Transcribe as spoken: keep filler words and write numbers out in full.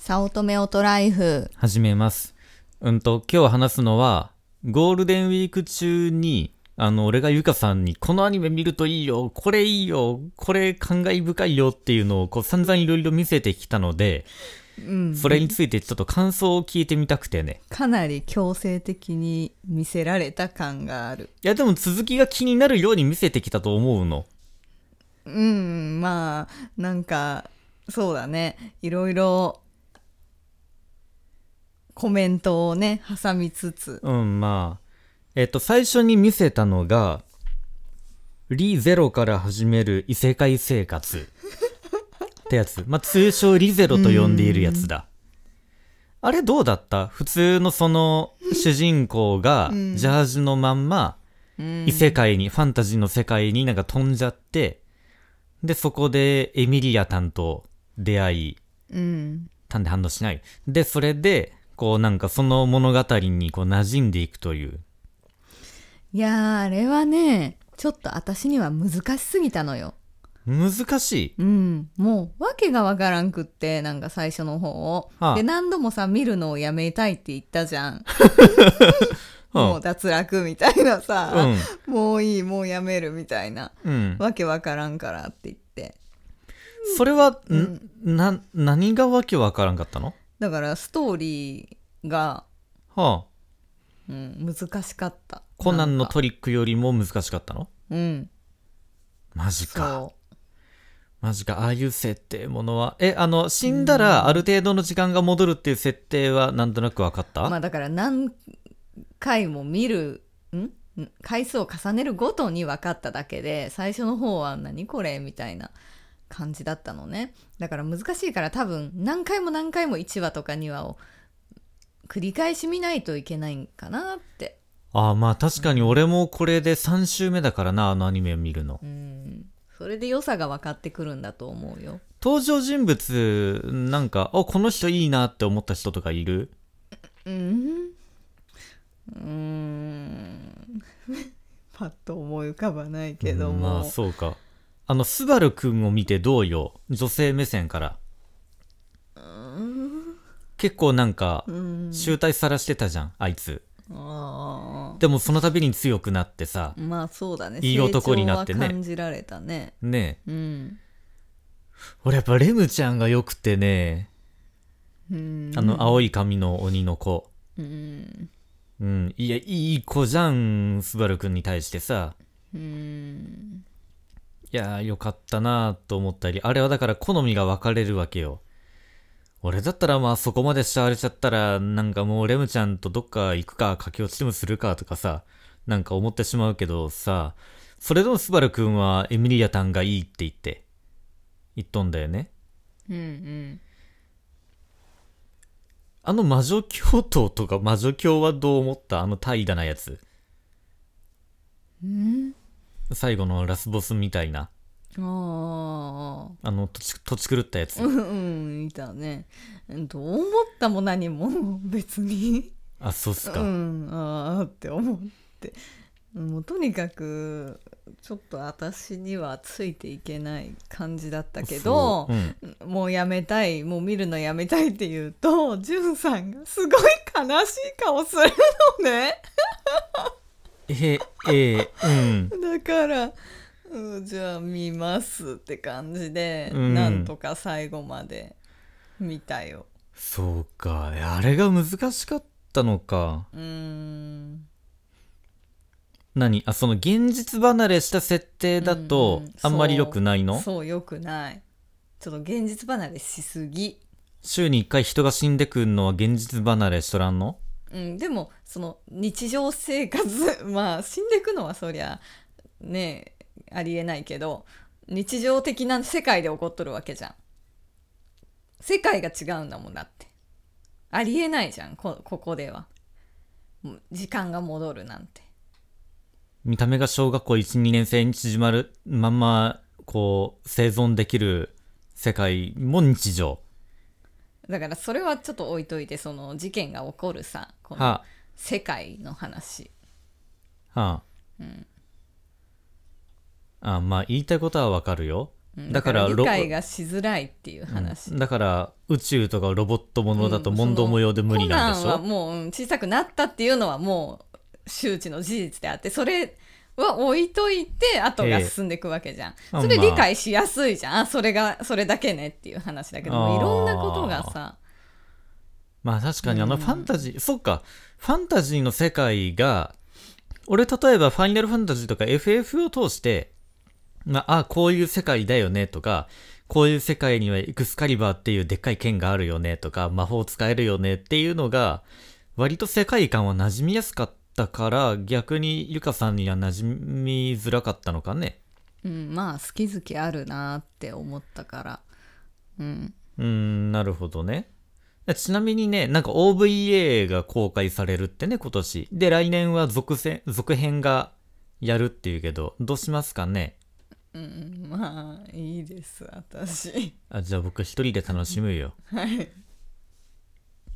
早乙女オトライフ始めます。うんと今日話すのはゴールデンウィーク中にあの俺がゆかさんにこのアニメ見るといいよ、これいいよ、これ感慨深いよっていうのをこう散々いろいろ見せてきたので、うん、それについてちょっと感想を聞いてみたくてね。 かなり強制的に見せられた感がある。 いやでも続きが気になるように見せてきたと思うの。 うんまあなんかそうだね、いろいろコメントをね挟みつつ、 うんまあえっと最初に見せたのがリゼロから始める異世界生活ってやつ、まあ通称リゼロと呼んでいるやつだ。あれどうだった？普通のその主人公がジャージのまんま異世界に、ファンタジーの世界になんか飛んじゃって、でそこでエミリアタンと出会い、うん、タンで反応しないで、それでこうなんかその物語にこう馴染んでいくという。 いやーあれはねちょっと私には難しすぎたのよ。 難しい。 うん、もう訳がわからんくって、なんか最初の方を、はあ、で何度もさ見るのをやめたいって言ったじゃん。もう脱落みたいなさ、うん、もういいもうやめるみたいな、うん、わけわからんからって言って。 それは、うん、な何がわけわからんかったの？ だからストーリーが、はあうん、難しかった。 コナンのトリックよりも難しかったの？うん。マジか。そうマジか。ああいう設定ものはえあの死んだらある程度の時間が戻るっていう設定はなんとなく分かった？ まあだから何回も見るん回数を重ねるごとに分かっただけで、最初の方は何これみたいな感じだったのね。だから難しいから多分何回も何回もいちわとかにわを繰り返し見ないといけないんかなって。 ああまあ確かに俺もこれでさん週目だからな、あのアニメを見るの。 うんそれで良さが分かってくるんだと思うよ。 登場人物なんかあこの人いいなって思った人とかいる？うんうーんパッと思い浮かばないけども、うん、 まあそうか。あのスバルくんを見てどうよ、女性目線から。うーん結構なんか醜態さらしてたじゃんあいつ。あでもその度に強くなってさ、 まあそうだね、 いい男になってね。 成長は感じられたね。 ねえ、うん、俺やっぱレムちゃんがよくてね、うんあの青い髪の鬼の子、うん、うん、いやいい子じゃんスバルくんに対してさ、うん、いやよかったなと思ったり、あれはだから好みが分かれるわけよ。俺だったらまあそこまで慕われちゃったらなんかもうレムちゃんとどっか行くか駆け落ちでもするかとかさ、なんか思ってしまうけどさ、それでもスバルくんはエミリアタンがいいって言って言っとんだよね。うんうん。あの魔女教頭とか魔女教はどう思った？あの怠惰なやつ。ん？最後のラスボスみたいな。ああの土地土地狂ったやつ。 うんうんいたね。どう思ったも何も別に。 あそうっすか。 うんああって思って、もうとにかくちょっと私にはついていけない感じだったけど、うん、もうやめたい、もう見るのやめたいって言うとジュンさんがすごい悲しい顔するのね。 ええうんだからうん、じゃあ見ますって感じで、うん、なんとか最後まで見たよ。 そうか、あれが難しかったのか。うーん何あその現実離れした設定だとあんまり良くないの？ そう、そう良くない。ちょっと現実離れしすぎ。 週にいっかい人が死んでくんのは現実離れしとらんの？ うん、でもその日常生活まあ死んでくのはそりゃねえありえないけど、日常的な世界で起こっとるわけじゃん。世界が違うんだもんだって。ありえないじゃん こ, ここでは時間が戻るなんて。 見た目が小学校 いち,に 年生に縮まるまんまこう生存できる世界も日常だから、それはちょっと置いといて、その事件が起こるさこの世界の話。はあ、うんあまあ言いたいことはわかるよ。 だから理解がしづらいっていう話、 うん、だから宇宙とかロボットものだと問答無用で無理なんでしょ、 うん、コナンはもう小さくなったっていうのはもう周知の事実であって、それは置いといて後が進んでいくわけじゃん、えー、それ理解しやすいじゃん、まあ、それがそれだけねっていう話だけども、いろんなことがさ、 まあ確かにあのファンタジー、うん、そっかファンタジーの世界が、俺例えばファイナルファンタジーとか エフエフ を通してまあ、あこういう世界だよねとか、こういう世界にはエクスカリバーっていうでっかい剣があるよねとか、魔法使えるよねっていうのが割と世界観は馴染みやすかったから、逆にゆかさんには馴染みづらかったのかね。 うん、まあ好き好きあるなって思ったから、うんうーん、なるほどね。ちなみにね、なんか オーブイエー が公開されるってね、今年で、来年は続編続編がやるっていうけど、どうしますかね。 うん、まあいいです私。 あ、じゃあ僕一人で楽しむよ。 はい。